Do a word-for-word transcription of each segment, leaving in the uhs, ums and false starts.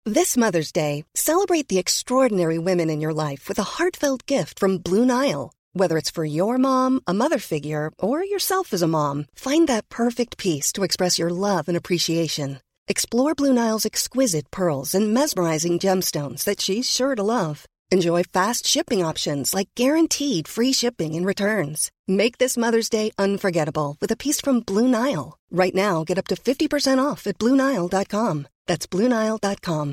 This Mother's Day, celebrate the extraordinary women in your life with a heartfelt gift from Blue Nile. Whether it's for your mom, a mother figure, or yourself as a mom, find that perfect piece to express your love and appreciation. Explore Blue Nile's exquisite pearls and mesmerizing gemstones that she's sure to love. Enjoy fast shipping options like guaranteed free shipping and returns. Make this Mother's Day unforgettable with a piece from Blue Nile. Right now, get up to fifty percent off at blue nile dot com. That's blue nile dot com.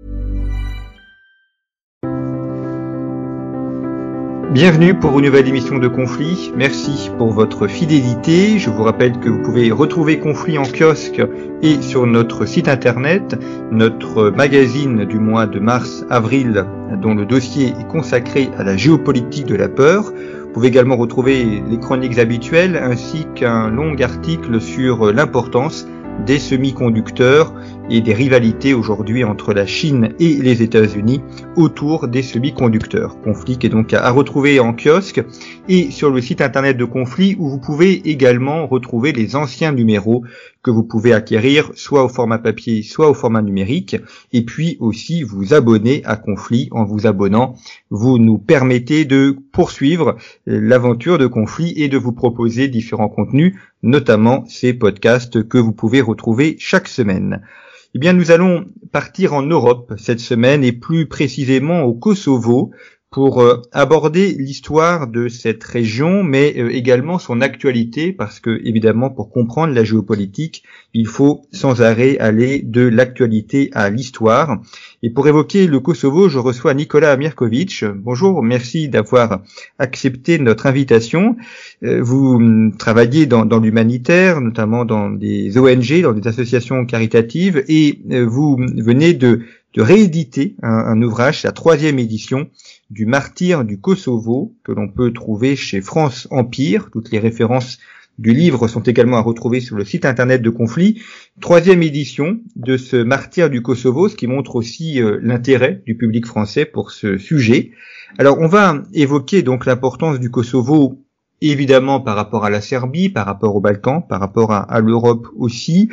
Bienvenue pour une nouvelle émission de Conflit. Merci pour votre fidélité. Je vous rappelle que vous pouvez retrouver Conflit en kiosque et sur notre site internet, notre magazine du mois de mars-avril, dont le dossier est consacré à la géopolitique de la peur. Vous pouvez également retrouver les chroniques habituelles ainsi qu'un long article sur l'importance des semi-conducteurs et des rivalités aujourd'hui entre la Chine et les États-Unis autour des semi-conducteurs. Conflit qui est donc à retrouver en kiosque et sur le site internet de Conflit où vous pouvez également retrouver les anciens numéros que vous pouvez acquérir soit au format papier, soit au format numérique, et puis aussi vous abonner à Conflit. En vous abonnant, vous nous permettez de poursuivre l'aventure de Conflit et de vous proposer différents contenus, notamment ces podcasts que vous pouvez retrouver chaque semaine. Eh bien, nous allons partir en Europe cette semaine et plus précisément au Kosovo pour euh, aborder l'histoire de cette région, mais euh, également son actualité, parce que évidemment, pour comprendre la géopolitique, il faut sans arrêt aller de l'actualité à l'histoire. Et pour évoquer le Kosovo, je reçois Nikola Mirković. Bonjour, merci d'avoir accepté notre invitation. Euh, vous travaillez dans, dans l'humanitaire, notamment dans des O N G, dans des associations caritatives, et euh, vous venez de, de rééditer un, un ouvrage, la troisième édition, du martyr du Kosovo, que l'on peut trouver chez France Empire. Toutes les références du livre sont également à retrouver sur le site internet de Conflit. Troisième édition de ce martyr du Kosovo, ce qui montre aussi euh, l'intérêt du public français pour ce sujet. Alors, on va évoquer donc l'importance du Kosovo, évidemment par rapport à la Serbie, par rapport aux Balkans, par rapport à, à l'Europe aussi.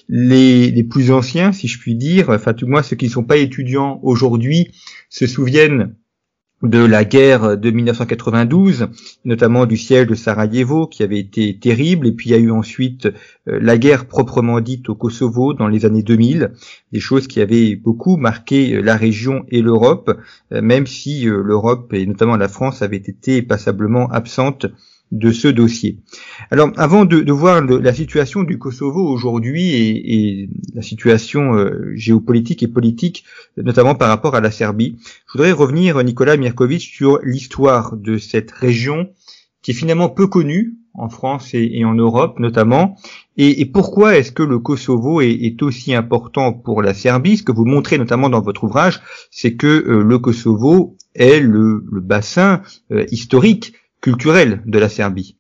Les, les plus anciens, si je puis dire, enfin tout moins ceux qui ne sont pas étudiants aujourd'hui, se souviennent de la guerre de mille neuf cent quatre-vingt-douze, notamment du siège de Sarajevo qui avait été terrible, et puis il y a eu ensuite euh, la guerre proprement dite au Kosovo dans les années deux mille, des choses qui avaient beaucoup marqué euh, la région et l'Europe, euh, même si euh, l'Europe et notamment la France avaient été passablement absentes de ce dossier. Alors, avant de, de voir le, la situation du Kosovo aujourd'hui et, et la situation euh, géopolitique et politique, notamment par rapport à la Serbie, je voudrais revenir, Nikola Mirković, sur l'histoire de cette région qui est finalement peu connue en France et, et en Europe notamment. Et, et pourquoi est-ce que le Kosovo est, est aussi important pour la Serbie? Ce que vous montrez notamment dans votre ouvrage, c'est que euh, le Kosovo est le, le bassin euh, historique culturel de la Serbie.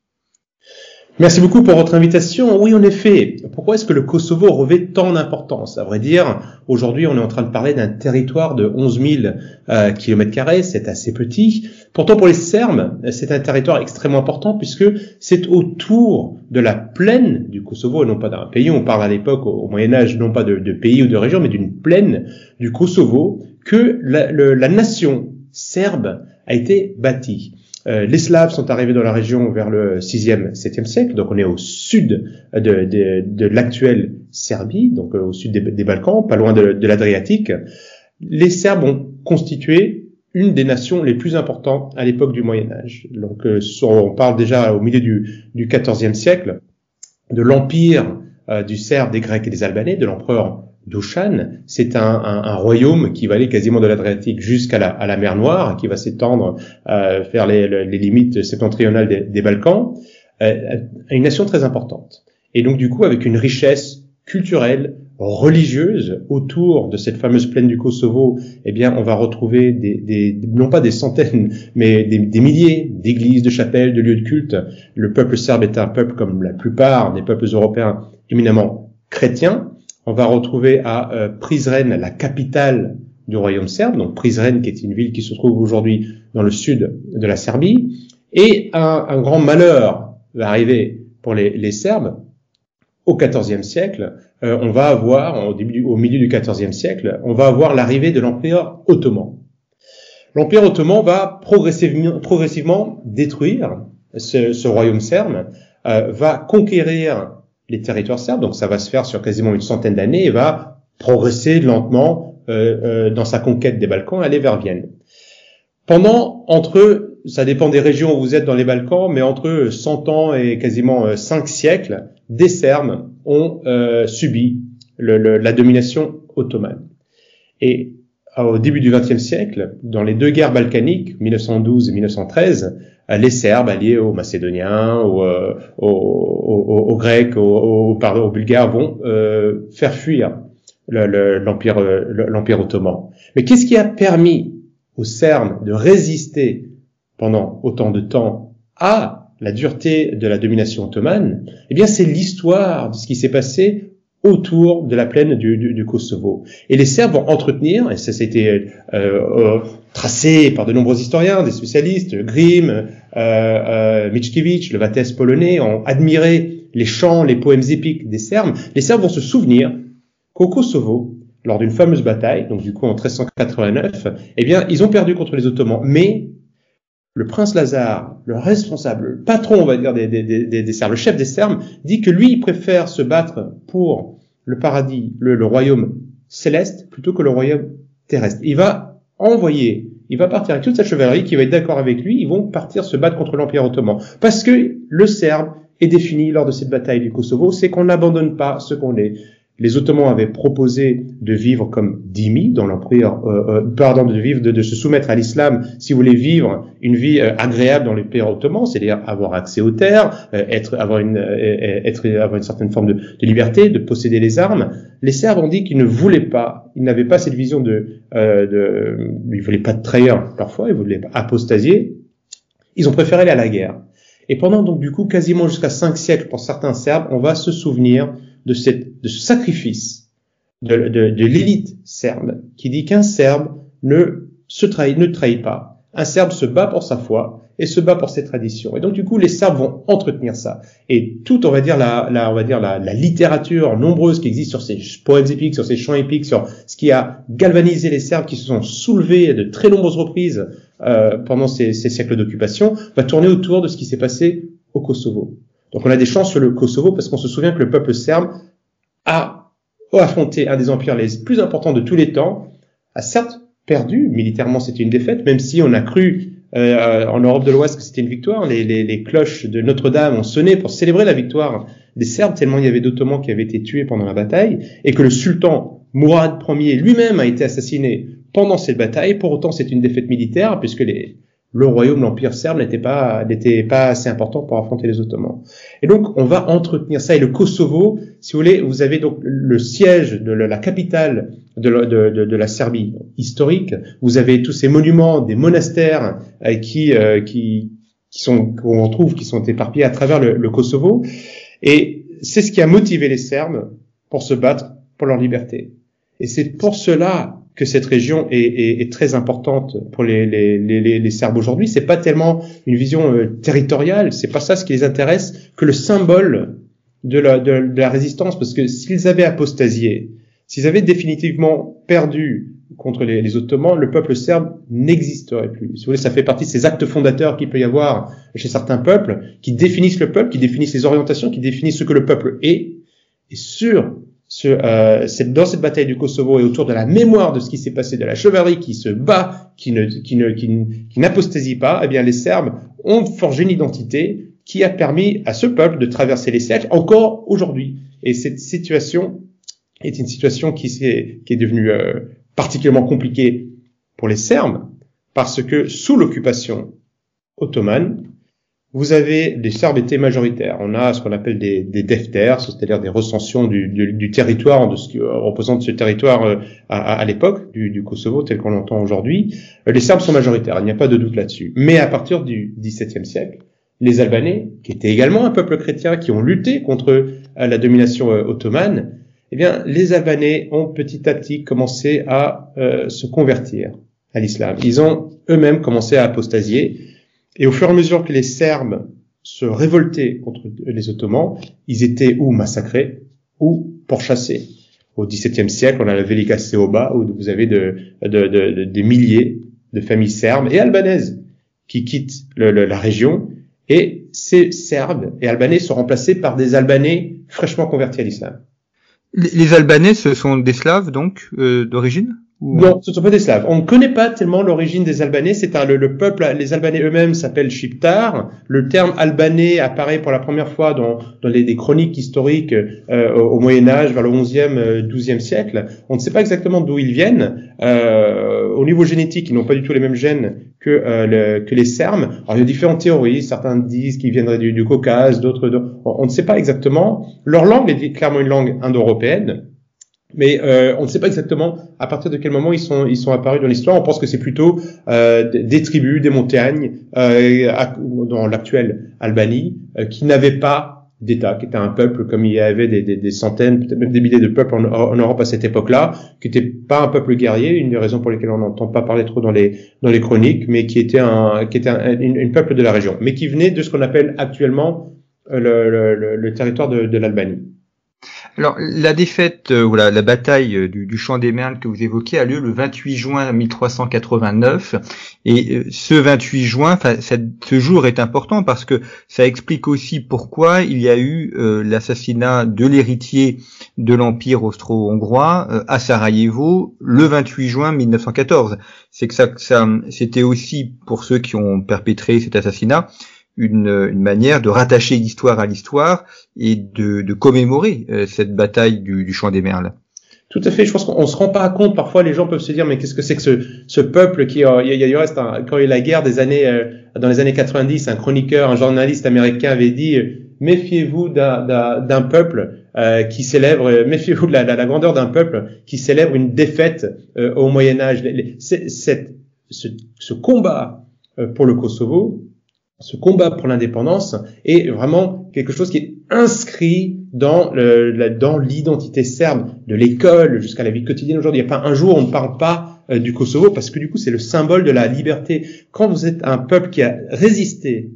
Merci beaucoup pour votre invitation. Oui, en effet. Pourquoi est-ce que le Kosovo revêt tant d'importance? À vrai dire, aujourd'hui, on est en train de parler d'un territoire de onze mille euh, kilomètres carrés. C'est assez petit. Pourtant, pour les Serbes, c'est un territoire extrêmement important puisque c'est autour de la plaine du Kosovo et non pas d'un pays. On parle à l'époque, au Moyen-Âge, non pas de, de pays ou de région, mais d'une plaine du Kosovo que la, le, la nation serbe a été bâtie. Euh, les Slaves sont arrivés dans la région vers le sixième, septième siècle, donc on est au sud de, de, de l'actuelle Serbie, donc euh, au sud des, des Balkans, pas loin de, de l'Adriatique. Les Serbes ont constitué une des nations les plus importantes à l'époque du Moyen-Âge. Donc euh, on parle déjà au milieu du, du quatorzième siècle de l'empire euh, du Serbe, des Grecs et des Albanais, de l'empereur Dušan. C'est un, un, un royaume qui va aller quasiment de l'Adriatique jusqu'à la, à la mer Noire, qui va s'étendre euh, vers les, les limites septentrionales des, des Balkans, euh, une nation très importante. Et donc du coup, avec une richesse culturelle, religieuse autour de cette fameuse plaine du Kosovo, eh bien, on va retrouver des, des non pas des centaines, mais des, des milliers d'églises, de chapelles, de lieux de culte. Le peuple serbe est un peuple, comme la plupart des peuples européens, éminemment chrétiens. On va retrouver à euh, Prizren, la capitale du royaume serbe, donc Prizren, qui est une ville qui se trouve aujourd'hui dans le sud de la Serbie. Et un, un grand malheur va arriver pour les, les Serbes au quatorzième siècle, euh, on va avoir, au début, au milieu du quatorzième siècle, on va avoir l'arrivée de l'Empire ottoman. L'Empire ottoman va progressivement, progressivement détruire ce, ce royaume serbe, euh, va conquérir les territoires serbes, donc ça va se faire sur quasiment une centaine d'années, et va progresser lentement euh, euh, dans sa conquête des Balkans, aller vers Vienne. Pendant, entre, ça dépend des régions où vous êtes dans les Balkans, mais entre cent ans et quasiment euh, cinq siècles, des Serbes ont euh, subi le, le, la domination ottomane. Et au début du vingtième siècle, dans les deux guerres balkaniques, mille neuf cent douze et mille neuf cent treize, les Serbes alliés aux Macédoniens, aux, aux, aux, aux Grecs, aux, aux, pardon, aux Bulgares vont euh, faire fuir le, le, l'empire, l'empire ottoman. Mais qu'est-ce qui a permis aux Serbes de résister pendant autant de temps à la dureté de la domination ottomane? Eh bien, c'est l'histoire de ce qui s'est passé autour de la plaine du, du, du Kosovo. Et les Serbes vont entretenir, et ça c'était euh, euh, tracé par de nombreux historiens, des spécialistes, Grimm, euh, euh, Mickiewicz, le Vatès polonais, ont admiré les chants, les poèmes épiques des Serbes. Les Serbes vont se souvenir qu'au Kosovo, lors d'une fameuse bataille, donc du coup en treize cent quatre-vingt-neuf, eh bien ils ont perdu contre les Ottomans, mais le prince Lazare, le responsable, le patron, on va dire, des, des, des, des Serbes, le chef des Serbes, dit que lui, il préfère se battre pour le paradis, le, le royaume céleste, plutôt que le royaume terrestre. Il va envoyer, il va partir avec toute sa chevalerie qui va être d'accord avec lui, ils vont partir se battre contre l'Empire ottoman. Parce que le Serbe est défini lors de cette bataille du Kosovo, c'est qu'on n'abandonne pas ce qu'on est. Les Ottomans avaient proposé de vivre comme dhimmi dans l'empire, euh, euh, pardon, de vivre, de, de se soumettre à l'islam si vous voulez vivre une vie euh, agréable dans l'empire ottoman, c'est-à-dire avoir accès aux terres, euh, être, avoir une, euh, être, avoir une certaine forme de, de liberté, de posséder les armes. Les Serbes ont dit qu'ils ne voulaient pas, ils n'avaient pas cette vision de, euh, de, ils voulaient pas de trahir parfois, ils voulaient apostasier. Ils ont préféré aller à la guerre. Et pendant donc du coup quasiment jusqu'à cinq siècles pour certains Serbes, on va se souvenir de, cette, de ce sacrifice de, de, de l'élite serbe qui dit qu'un Serbe ne se trahit, ne trahit pas. Un Serbe se bat pour sa foi et se bat pour ses traditions. Et donc du coup, les Serbes vont entretenir ça. Et toute, on va dire la, la on va dire la, la littérature nombreuse qui existe sur ces poèmes épiques, sur ces chants épiques, sur ce qui a galvanisé les Serbes qui se sont soulevés à de très nombreuses reprises euh, pendant ces, ces siècles d'occupation, va tourner autour de ce qui s'est passé au Kosovo. Donc on a des chants sur le Kosovo parce qu'on se souvient que le peuple serbe a affronté un des empires les plus importants de tous les temps, a certes perdu, militairement c'était une défaite, même si on a cru euh, en Europe de l'Ouest que c'était une victoire, les, les, les cloches de Notre-Dame ont sonné pour célébrer la victoire des Serbes, tellement il y avait d'Ottomans qui avaient été tués pendant la bataille, et que le sultan Mourad Ier lui-même a été assassiné pendant cette bataille. Pour autant c'est une défaite militaire, puisque les le royaume, l'empire serbe n'était pas, n'était pas assez important pour affronter les Ottomans. Et donc, on va entretenir ça. Et le Kosovo, si vous voulez, vous avez donc le siège de la capitale de la, de, de, de la Serbie historique. Vous avez tous ces monuments, des monastères euh, qui, euh, qui, qui sont, qu'on trouve, qui sont éparpillés à travers le, le Kosovo. Et c'est ce qui a motivé les Serbes pour se battre pour leur liberté. Et c'est pour cela que cette région est, est, est très importante pour les, les, les, les Serbes aujourd'hui. C'est pas tellement une vision euh, territoriale, c'est pas ça ce qui les intéresse, que le symbole de la, de, de la résistance, parce que s'ils avaient apostasié, s'ils avaient définitivement perdu contre les, les Ottomans, le peuple serbe n'existerait plus. Si vous voulez, ça fait partie de ces actes fondateurs qu'il peut y avoir chez certains peuples, qui définissent le peuple, qui définissent les orientations, qui définissent ce que le peuple est, et sur Ce, euh, c'est dans cette bataille du Kosovo et autour de la mémoire de ce qui s'est passé, de la chevalerie qui se bat, qui ne, qui ne, qui, ne, qui n'apostasie pas, eh bien les Serbes ont forgé une identité qui a permis à ce peuple de traverser les siècles encore aujourd'hui. Et cette situation est une situation qui, s'est, qui est devenue euh, particulièrement compliquée pour les Serbes parce que sous l'occupation ottomane, vous avez, les Serbes étaient majoritaires. On a ce qu'on appelle des, des defters, c'est-à-dire des recensions du, du, du territoire, de ce qui représente ce territoire euh, à, à l'époque du, du Kosovo tel qu'on l'entend aujourd'hui. Euh, les Serbes sont majoritaires, il n'y a pas de doute là-dessus. Mais à partir du dix-septième siècle, les Albanais, qui étaient également un peuple chrétien, qui ont lutté contre euh, la domination euh, ottomane, eh bien, les Albanais ont petit à petit commencé à euh, se convertir à l'islam. Ils ont eux-mêmes commencé à apostasier. Et au fur et à mesure que les Serbes se révoltaient contre les Ottomans, ils étaient ou massacrés ou pourchassés. Au dix-septième siècle, on a la Velika Seoba, où vous avez de, de, de, de, des milliers de familles serbes et albanaises qui quittent le, le, la région, et ces Serbes et Albanais sont remplacés par des Albanais fraîchement convertis à l'islam. Les, les Albanais, ce sont des Slaves, donc, euh, d'origine? Ou... Non, ce ne sont pas des Slaves. On ne connaît pas tellement l'origine des Albanais. C'est un, le, le peuple, les Albanais eux-mêmes s'appellent Shqiptar. Le terme albanais apparaît pour la première fois dans, dans les, des chroniques historiques euh, au, au Moyen-Âge, vers le onzième, douzième siècle. On ne sait pas exactement d'où ils viennent. Euh, au niveau génétique, ils n'ont pas du tout les mêmes gènes que, euh, le, que les Serbes. Alors, il y a différentes théories. Certains disent qu'ils viendraient du, du Caucase, d'autres... De, on, on ne sait pas exactement. Leur langue est clairement une langue indo-européenne. Mais euh, on ne sait pas exactement à partir de quel moment ils sont ils sont apparus dans l'histoire. On pense que c'est plutôt euh, des tribus, des montagnes euh, dans l'actuelle Albanie euh, qui n'avaient pas d'État, qui étaient un peuple comme il y avait des, des, des centaines, peut-être même des milliers de peuples en, en Europe à cette époque-là, qui n'était pas un peuple guerrier, une des raisons pour lesquelles on n'entend pas parler trop dans les dans les chroniques, mais qui était un qui était un une, une peuple de la région, mais qui venait de ce qu'on appelle actuellement le, le, le, le territoire de, de l'Albanie. Alors, la défaite, euh, ou la, la bataille euh, du, du Champ des Merles que vous évoquez a lieu le vingt-huit juin mille trois cent quatre-vingt-neuf. Et euh, ce vingt-huit juin, ce jour est important parce que ça explique aussi pourquoi il y a eu euh, l'assassinat de l'héritier de l'Empire austro-hongrois euh, à Sarajevo le vingt-huit juin mille neuf cent quatorze. C'est que ça, ça c'était aussi, pour ceux qui ont perpétré cet assassinat, Une, une manière de rattacher l'histoire à l'histoire et de, de commémorer euh, cette bataille du, du Champ des Merles. Tout à fait. Je pense qu'on se rend pas compte. Parfois, les gens peuvent se dire, mais qu'est-ce que c'est que ce, ce peuple qui, euh, il y a, il y reste un, quand il y a eu la guerre des années, euh, dans les années quatre-vingt-dix, un chroniqueur, un journaliste américain avait dit, euh, méfiez-vous d'un, d'un, d'un peuple euh, qui célèbre, euh, méfiez-vous de la, la, la grandeur d'un peuple qui célèbre une défaite euh, au Moyen Âge. Les, les, c'est, cette, ce, ce combat euh, pour le Kosovo, ce combat pour l'indépendance est vraiment quelque chose qui est inscrit dans le, la, dans l'identité serbe, de l'école jusqu'à la vie quotidienne aujourd'hui. Il n'y a pas un jour où on ne parle pas euh, du Kosovo, parce que du coup c'est le symbole de la liberté. Quand vous êtes un peuple qui a résisté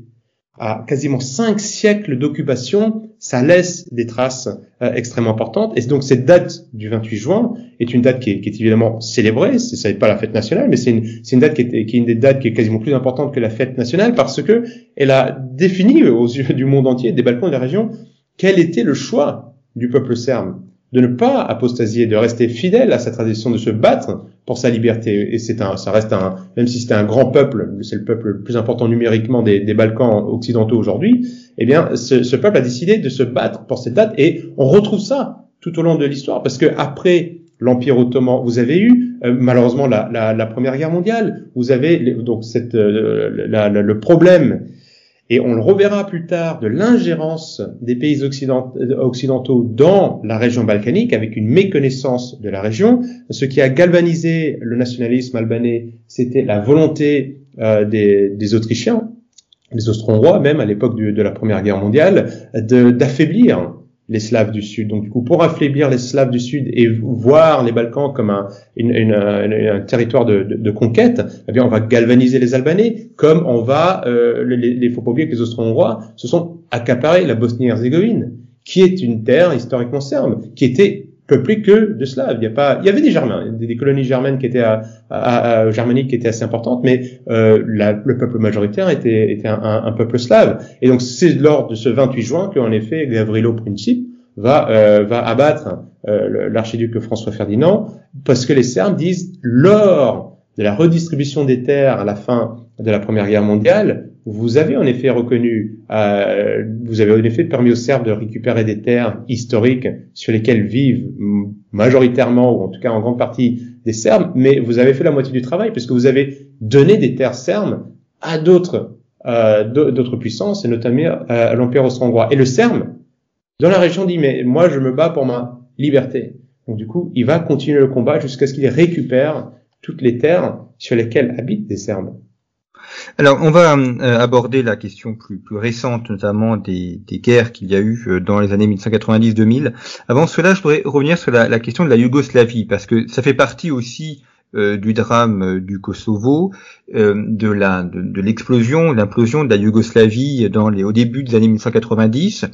à quasiment cinq siècles d'occupation, ça laisse des traces euh, extrêmement importantes. Et donc cette date du vingt-huit juin est une date qui est, qui est évidemment célébrée. C'est, ça n'est pas la fête nationale, mais c'est une, c'est une date qui est, qui est une des dates qui est quasiment plus importante que la fête nationale, parce que elle a défini aux yeux du monde entier, des Balkans et de la région, quel était le choix du peuple serbe de ne pas apostasier, de rester fidèle à sa tradition, de se battre pour sa liberté. Et c'est un, ça reste un, même si c'était un grand peuple, c'est le peuple le plus important numériquement des, des Balkans occidentaux aujourd'hui, eh bien, ce, ce peuple a décidé de se battre pour cette date, et on retrouve ça tout au long de l'histoire, parce que après l'Empire ottoman, vous avez eu euh, malheureusement la, la, la Première Guerre mondiale, vous avez les, donc cette, euh, la, la, le problème. Et on le reverra plus tard, de l'ingérence des pays occidentaux dans la région balkanique, avec une méconnaissance de la région. Ce qui a galvanisé le nationalisme albanais, c'était la volonté euh, des, des Autrichiens, des Austro-Hongrois même à l'époque de, de la Première Guerre mondiale, de, d'affaiblir les Slaves du Sud. Donc du coup, pour affaiblir les Slaves du Sud et voir les Balkans comme un, une, une, une, un territoire de, de, de conquête, eh bien, on va galvaniser les Albanais, comme on va, euh, les, les faut pas oublier que les Austro-Hongrois se sont accaparés la Bosnie-Herzégovine, qui est une terre historiquement serbe, qui était peuplée que de Slaves. Il y a pas, il y avait des Germains, des, des colonies germaines qui étaient à, à, à, germaniques qui étaient assez importantes, mais euh, la, le peuple majoritaire était, était un, un, un peuple slave. Et donc c'est lors de ce vingt-huit juin qu'en effet Gavrilo Princip va euh, va abattre euh, l'archiduc François Ferdinand, parce que les Serbes disent, lors de la redistribution des terres à la fin de la Première Guerre mondiale, vous avez en effet reconnu, euh, vous avez en effet permis aux Serbes de récupérer des terres historiques sur lesquelles vivent majoritairement, ou en tout cas en grande partie, des Serbes, mais vous avez fait la moitié du travail, puisque vous avez donné des terres serbes à d'autres euh, d'autres puissances, et notamment euh, à l'Empire austro-hongrois. Et le Serbe, dans la région, dit, mais moi je me bats pour ma liberté. Donc du coup, il va continuer le combat jusqu'à ce qu'il récupère toutes les terres sur lesquelles habitent des Serbes. Alors, on va euh, aborder la question plus, plus récente, notamment des, des guerres qu'il y a eu euh, dans les années mille neuf cent quatre-vingt-dix deux mille. Avant cela, je voudrais revenir sur la, la question de la Yougoslavie, parce que ça fait partie aussi euh, du drame euh, du Kosovo, euh, de la de, de l'explosion, l'implosion de la Yougoslavie dans les au début des années mille neuf cent quatre-vingt-dix.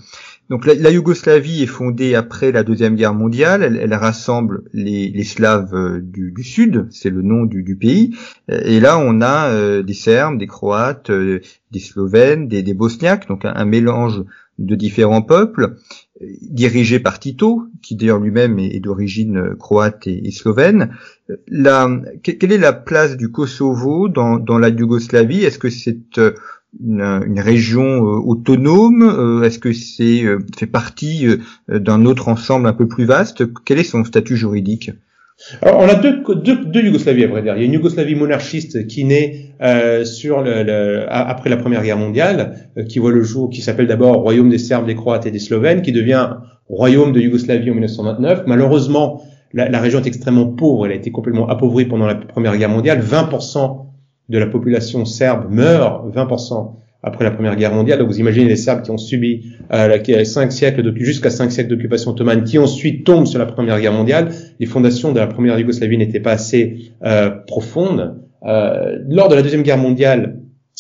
Donc la, la Yougoslavie est fondée après la Deuxième Guerre mondiale, elle, elle rassemble les, les Slaves euh, du, du Sud, c'est le nom du, du pays, et là on a euh, des Serbes, des Croates, euh, des Slovènes, des, des Bosniaques, donc un, un mélange de différents peuples, euh, dirigé par Tito, qui d'ailleurs lui-même est, est d'origine croate et, et slovène. La, quelle est la place du Kosovo dans, dans la Yougoslavie? Est-ce que c'est euh, Une, une région euh, autonome, euh, est-ce que c'est euh, fait partie euh, d'un autre ensemble un peu plus vaste? Quel est son statut juridique? Alors, on a deux, deux, deux Yougoslavies à vrai dire. Il y a une Yougoslavie monarchiste qui naît euh, sur le, le, après la Première Guerre mondiale, euh, qui voit le jour, qui s'appelle d'abord Royaume des Serbes, des Croates et des Slovènes, qui devient Royaume de Yougoslavie en dix-neuf cent vingt-neuf. Malheureusement, la, la région est extrêmement pauvre. Elle a été complètement appauvrie pendant la Première Guerre mondiale. vingt pour cent de la population serbe meurt, vingt pour cent après la Première Guerre mondiale. Donc vous imaginez les Serbes qui ont subi euh, cinq siècles de, jusqu'à cinq siècles d'occupation ottomane, qui ensuite tombent sur la Première Guerre mondiale. Les fondations de la première Yougoslavie n'étaient pas assez euh, profondes. Euh, lors de la Deuxième Guerre mondiale,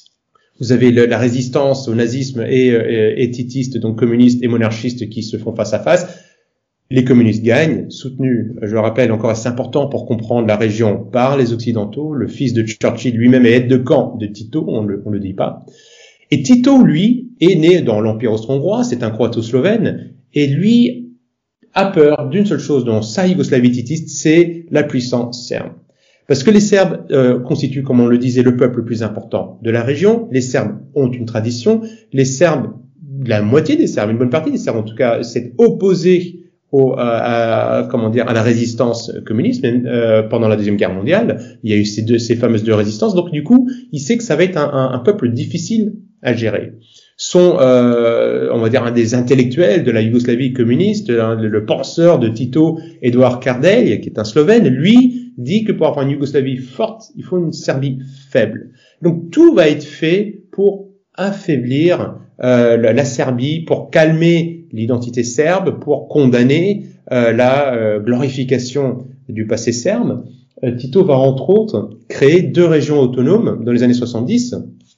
vous avez le, la résistance au nazisme et, et, et titiste, donc communistes et monarchistes, qui se font face à face. Les communistes gagnent, soutenus, je le rappelle encore assez important pour comprendre la région, par les Occidentaux. Le fils de Churchill lui-même est aide de camp de Tito, on le, on le dit pas. Et Tito, lui, est né dans l'Empire austro-hongrois, c'est un croato-slovène, et lui a peur d'une seule chose dans sa Yougoslavie titiste, c'est la puissance serbe. Parce que les Serbes euh, constituent, comme on le disait, le peuple le plus important de la région. Les Serbes ont une tradition. Les Serbes, la moitié des Serbes, une bonne partie des Serbes en tout cas, s'est opposée Au, à, à, comment dire, à la résistance communiste euh, pendant la Deuxième Guerre mondiale. Il y a eu ces deux, ces fameuses deux résistances. Donc du coup, il sait que ça va être un, un, un peuple difficile à gérer. Son, euh, on va dire, un des intellectuels de la Yougoslavie communiste, le, le penseur de Tito, Eduard Kardelj, qui est un Slovène, lui dit que pour avoir une Yougoslavie forte, il faut une Serbie faible. Donc tout va être fait pour affaiblir euh, la, la Serbie, pour calmer l'identité serbe, pour condamner euh, la euh, glorification du passé serbe. Euh, Tito va entre autres créer deux régions autonomes dans les années soixante-dix.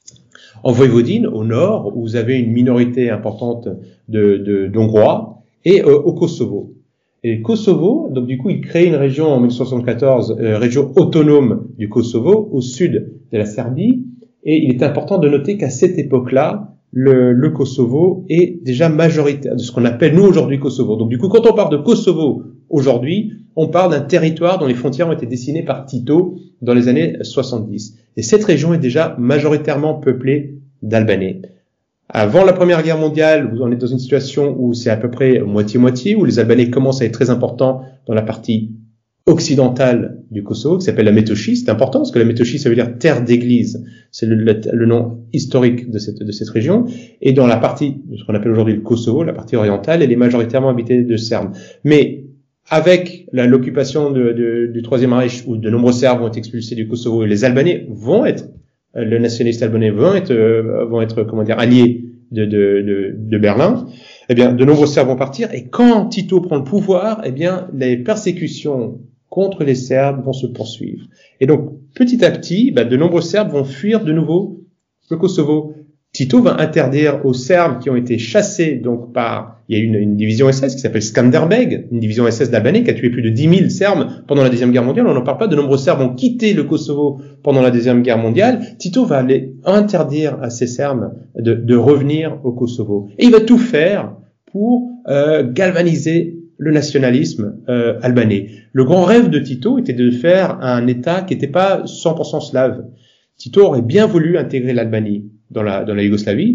En Voïvodine, au nord, où vous avez une minorité importante de, de, d'Hongrois, et euh, au Kosovo. Et le Kosovo, donc du coup, il crée une région en mille neuf cent soixante-quatorze, euh, région autonome du Kosovo, au sud de la Serbie. Et il est important de noter qu'à cette époque-là, Le, le Kosovo est déjà majoritaire, de ce qu'on appelle nous aujourd'hui Kosovo. Donc du coup, quand on parle de Kosovo aujourd'hui, on parle d'un territoire dont les frontières ont été dessinées par Tito dans les années soixante-dix. Et cette région est déjà majoritairement peuplée d'Albanais. Avant la Première Guerre mondiale, on est dans une situation où c'est à peu près moitié-moitié, où les Albanais commencent à être très importants dans la partie occidentale du Kosovo, qui s'appelle la Métochie. C'est important parce que la Métochie, ça veut dire terre d'église. C'est le, le, le nom historique de cette, de cette région. Et dans la partie, ce qu'on appelle aujourd'hui le Kosovo, la partie orientale, elle est majoritairement habitée de Serbes. Mais avec la, l'occupation de, de, du Troisième Reich, où de nombreux Serbes vont être expulsés du Kosovo, et les Albanais vont être, le nationaliste albanais vont être, euh, vont être, comment dire, alliés de, de, de, de Berlin. Eh bien, de nombreux Serbes vont partir. Et quand Tito prend le pouvoir, eh bien, les persécutions contre les Serbes vont se poursuivre. Et donc, petit à petit, bah, de nombreux Serbes vont fuir de nouveau le Kosovo. Tito va interdire aux Serbes qui ont été chassés donc par, il y a une, une division S S qui s'appelle Skanderbeg, une division S S d'Albanais qui a tué plus de dix mille Serbes pendant la Deuxième Guerre mondiale. On n'en parle pas. De nombreux Serbes ont quitté le Kosovo pendant la Deuxième Guerre mondiale. Tito va aller interdire à ces Serbes de, de revenir au Kosovo. Et il va tout faire pour euh, galvaniser le nationalisme euh, albanais. Le grand rêve de Tito était de faire un État qui n'était pas cent pour cent slave. Tito aurait bien voulu intégrer l'Albanie dans la, dans la Yougoslavie,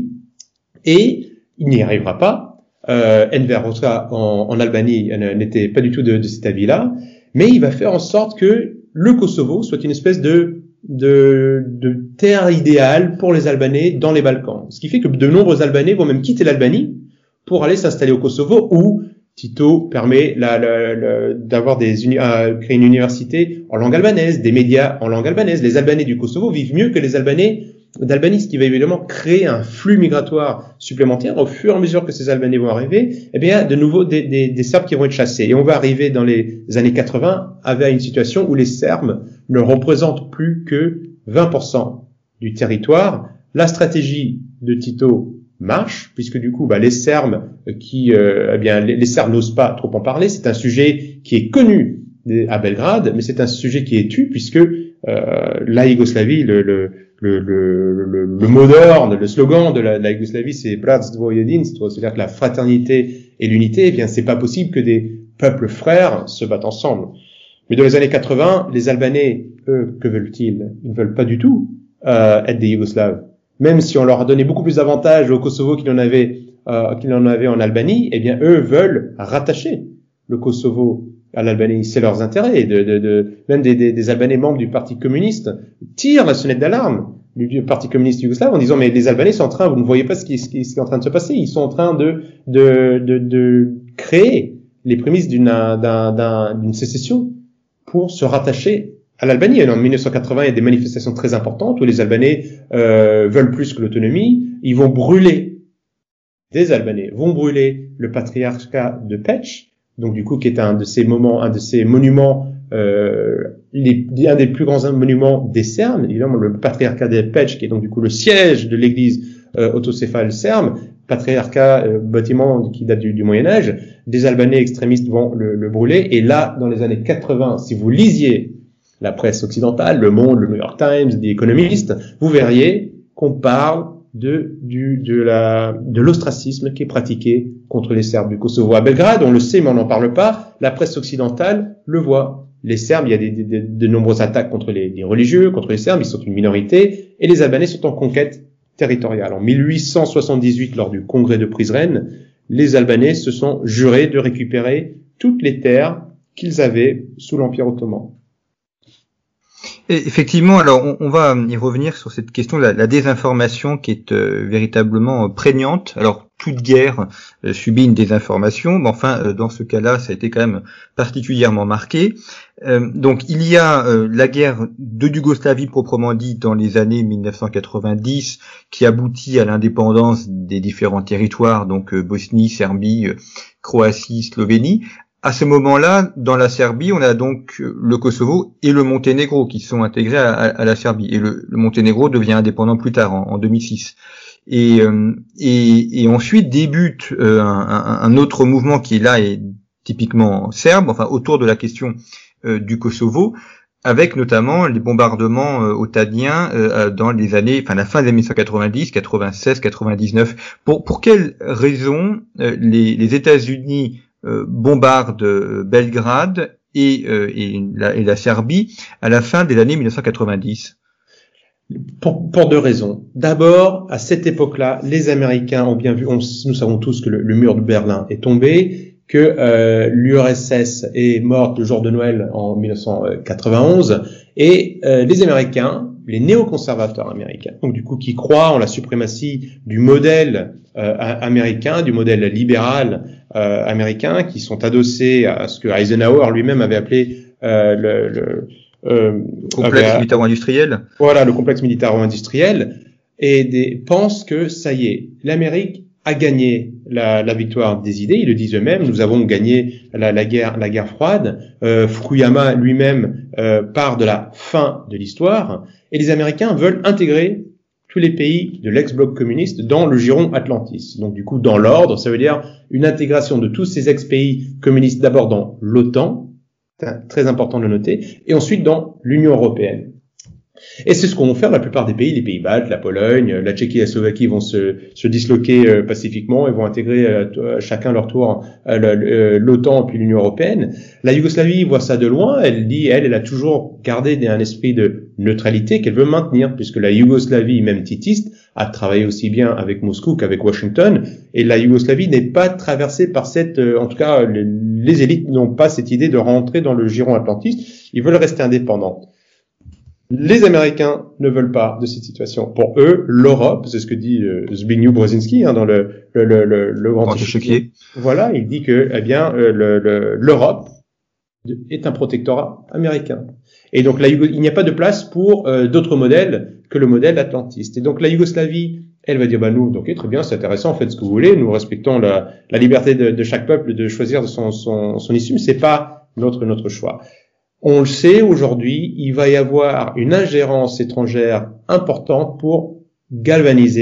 et il n'y arrivera pas. Euh, Enver Hoxha en, en Albanie n'était pas du tout de, de cet avis-là, mais il va faire en sorte que le Kosovo soit une espèce de, de, de terre idéale pour les Albanais dans les Balkans. Ce qui fait que de nombreux Albanais vont même quitter l'Albanie pour aller s'installer au Kosovo, où Tito permet la, la, la, d'avoir des uni- euh, créer une université en langue albanaise, des médias en langue albanaise. Les Albanais du Kosovo vivent mieux que les Albanais d'Albanie, ce qui va évidemment créer un flux migratoire supplémentaire. Au fur et à mesure que ces Albanais vont arriver, eh bien, de nouveau des, des, des Serbes qui vont être chassés. Et on va arriver dans les années quatre-vingts avec une situation où les Serbes ne représentent plus que vingt pour cent du territoire. La stratégie de Tito marche, puisque du coup, bah, les Serbes qui, euh, eh bien, les, les Serbes n'osent pas trop en parler. C'est un sujet qui est connu à Belgrade, mais c'est un sujet qui est tu, puisque euh, la Yougoslavie, le, le, le, le, le, le mot d'ordre, le slogan de la, de la Yougoslavie, c'est Bratstvo Jedinstvo, c'est-à-dire que la fraternité et l'unité. Eh bien, c'est pas possible que des peuples frères se battent ensemble. Mais dans les années quatre-vingts, les Albanais, eux, que veulent-ils? Ils ne veulent pas du tout euh, être des Yougoslaves. Même si on leur a donné beaucoup plus d'avantages au Kosovo qu'il en avait euh, qu'il en avait en Albanie, eh bien, eux veulent rattacher le Kosovo à l'Albanie. C'est leurs intérêts. De, de, de, même des, des, des Albanais membres du Parti communiste tirent la sonnette d'alarme du, du Parti communiste yougoslave en disant mais les Albanais sont en train, vous ne voyez pas ce qui, ce qui, ce qui est en train de se passer. Ils sont en train de de de, de créer les prémices d'une d'un, d'un, d'une sécession pour se rattacher à l'Albanie. En dix-neuf cent quatre-vingts, il y a des manifestations très importantes où les Albanais euh, veulent plus que l'autonomie. Ils vont brûler, des Albanais vont brûler le patriarcat de Peć, donc du coup qui est un de ces moments, un de ces monuments, euh, les, un des plus grands monuments des Serbes, évidemment le patriarcat de Peć, qui est donc du coup le siège de l'église euh, autocéphale serbe, patriarcat, euh, bâtiment qui date du, du Moyen-Âge. Des Albanais extrémistes vont le, le brûler, et là, dans les années quatre-vingts, si vous lisiez la presse occidentale, Le Monde, le New York Times, The Economist, vous verriez qu'on parle de, du, de la, de l'ostracisme qui est pratiqué contre les Serbes du Kosovo. À Belgrade, on le sait, mais on n'en parle pas. La presse occidentale le voit. Les Serbes, il y a des, des, de nombreuses attaques contre les, les religieux, contre les Serbes, ils sont une minorité, et les Albanais sont en conquête territoriale. En mille huit cent soixante-dix-huit, lors du congrès de Prizren, les Albanais se sont jurés de récupérer toutes les terres qu'ils avaient sous l'Empire ottoman. Et effectivement, alors on, on va y revenir sur cette question de la, la désinformation qui est euh, véritablement euh, prégnante. Alors toute guerre euh, subit une désinformation, mais enfin euh, dans ce cas-là, ça a été quand même particulièrement marqué. Euh, donc il y a euh, la guerre de Yougoslavie proprement dit dans les années mille neuf cent quatre-vingt-dix qui aboutit à l'indépendance des différents territoires, donc euh, Bosnie, Serbie, euh, Croatie, Slovénie. À ce moment-là, dans la Serbie, on a donc le Kosovo et le Monténégro qui sont intégrés à, à, à la Serbie. Et le, le Monténégro devient indépendant plus tard, en, en deux mille six. Et, euh, et, et ensuite débute euh, un, un autre mouvement qui là est typiquement serbe, enfin autour de la question euh, du Kosovo, avec notamment les bombardements euh, otaniens euh, dans les années, enfin la fin des mille neuf cent quatre-vingt-dix, quatre-vingt-seize, quatre-vingt-dix-neuf. Pour pour quelles raisons euh, les, les États-Unis Euh, bombarde euh, Belgrade et, euh, et, la, et la Serbie à la fin des années mille neuf cent quatre-vingt-dix? Pour, pour deux raisons. D'abord, à cette époque-là, les Américains ont bien vu, on, nous savons tous que le, le mur de Berlin est tombé, que euh, l'U R S S est morte le jour de Noël en mille neuf cent quatre-vingt-onze, et euh, les Américains, les néoconservateurs américains, donc du coup qui croient en la suprématie du modèle euh, américain, du modèle libéral euh, américain, qui sont adossés à ce que Eisenhower lui-même avait appelé euh, le, le euh, complexe avait, militaro-industriel. Voilà, le complexe militaro-industriel, et des, pensent que ça y est, l'Amérique a gagné la, la victoire des idées. Ils le disent eux-mêmes. Nous avons gagné la, la guerre, la guerre froide. Euh, Fukuyama lui-même euh, part de la fin de l'histoire. Et les Américains veulent intégrer tous les pays de l'ex-bloc communiste dans le giron Atlantis. Donc du coup, dans l'ordre, ça veut dire une intégration de tous ces ex-pays communistes d'abord dans l'OTAN, c'est très important de le noter, et ensuite dans l'Union européenne. Et c'est ce qu'ont fait la plupart des pays, les pays baltes, la Pologne, la Tchéquie et la Slovaquie vont se, se disloquer euh, pacifiquement et vont intégrer euh, chacun leur tour euh, l'OTAN puis l'Union européenne. La Yougoslavie voit ça de loin, elle dit, elle, elle a toujours gardé un esprit de neutralité qu'elle veut maintenir, puisque la Yougoslavie, même titiste, a travaillé aussi bien avec Moscou qu'avec Washington, et la Yougoslavie n'est pas traversée par cette, euh, en tout cas, les, les élites n'ont pas cette idée de rentrer dans le giron Atlantis, ils veulent rester indépendants. Les Américains ne veulent pas de cette situation. Pour eux, l'Europe, c'est ce que dit euh, Zbigniew Brzezinski hein, dans le le le le, le grand échiquier. Voilà, il dit que eh bien euh, le, le, l'Europe est un protectorat américain. Et donc là, il n'y a pas de place pour euh, d'autres modèles que le modèle atlantiste. Et donc la Yougoslavie, elle va dire bah nous, donc très bien, c'est intéressant, faites ce que vous voulez, nous respectons la, la liberté de, de chaque peuple de choisir son son son issue, mais c'est pas notre notre choix. On le sait, aujourd'hui, il va y avoir une ingérence étrangère importante pour galvaniser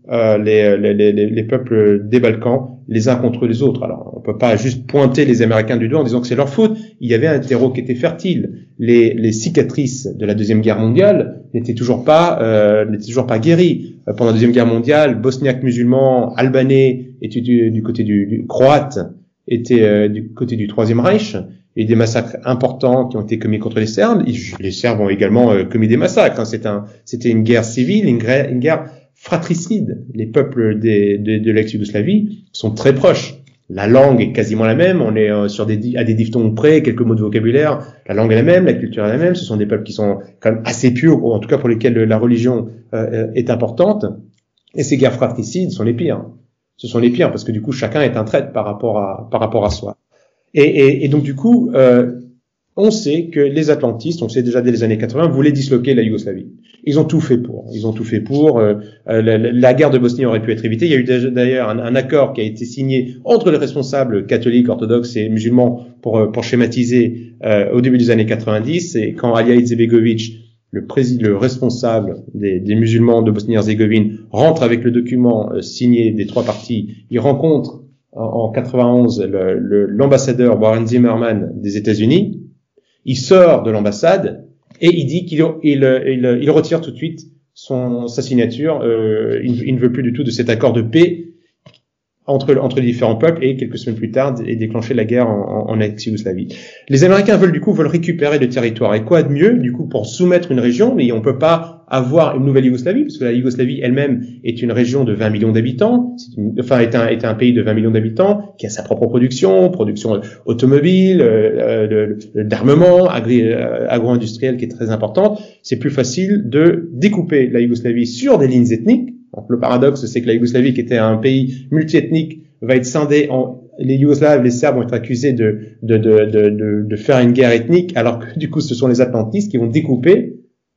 euh, les, les, les, les peuples des Balkans les uns contre les autres. Alors, on peut pas juste pointer les Américains du doigt en disant que c'est leur faute. Il y avait un terreau qui était fertile. Les, les cicatrices de la Deuxième Guerre mondiale n'étaient toujours pas, euh, n'étaient toujours pas guéries. Euh, pendant la Deuxième Guerre mondiale, bosniaques musulmans, albanais étaient du, du côté du, du croate, étaient euh, du côté du Troisième Reich. Et des massacres importants qui ont été commis contre les Serbes. Les Serbes ont également euh, commis des massacres. Hein. C'est un, c'était une guerre civile, une guerre, une guerre fratricide. Les peuples des, de, de l'ex-Yougoslavie sont très proches. La langue est quasiment la même. On est euh, sur des, à des diphtongues près, quelques mots de vocabulaire. La langue est la même, la culture est la même. Ce sont des peuples qui sont quand même assez purs, ou en tout cas pour lesquels la religion euh, est importante. Et ces guerres fratricides sont les pires. Ce sont les pires parce que du coup chacun est un traître par rapport à, par rapport à soi. Et, et, et donc du coup, euh, on sait que les atlantistes, on sait déjà dès les années quatre-vingts, voulaient disloquer la Yougoslavie. Ils ont tout fait pour. Ils ont tout fait pour. Euh, la, la guerre de Bosnie aurait pu être évitée. Il y a eu d'ailleurs un, un accord qui a été signé entre les responsables catholiques, orthodoxes et musulmans pour, pour schématiser euh, au début des années quatre-vingt-dix. Et quand Alija Izetbegović, le président, le responsable des, des musulmans de Bosnie-Herzégovine, rentre avec le document euh, signé des trois parties, il rencontre en quatre-vingt-onze le, le, l'ambassadeur Warren Zimmerman des États-Unis. Il sort de l'ambassade et il dit qu'il il, il, il retire tout de suite son, sa signature. Euh, il, il ne veut plus du tout de cet accord de paix entre, entre les différents peuples et quelques semaines plus tard et déclencher la guerre en, en, en ex-Yougoslavie. Les Américains veulent du coup veulent récupérer le territoire. Et quoi de mieux du coup pour soumettre une région? Mais on peut pas avoir une nouvelle Yougoslavie parce que la Yougoslavie elle-même est une région de vingt millions d'habitants, c'est une, enfin est un, est un pays de vingt millions d'habitants qui a sa propre production, production automobile, euh, d'armement, agri, euh, agro-industrielle qui est très importante. C'est plus facile de découper la Yougoslavie sur des lignes ethniques. Donc, le paradoxe, c'est que la Yougoslavie, qui était un pays multiethnique, va être scindée en les Yougoslaves, les Serbes vont être accusés de de, de de de de faire une guerre ethnique, alors que du coup, ce sont les atlantistes qui vont découper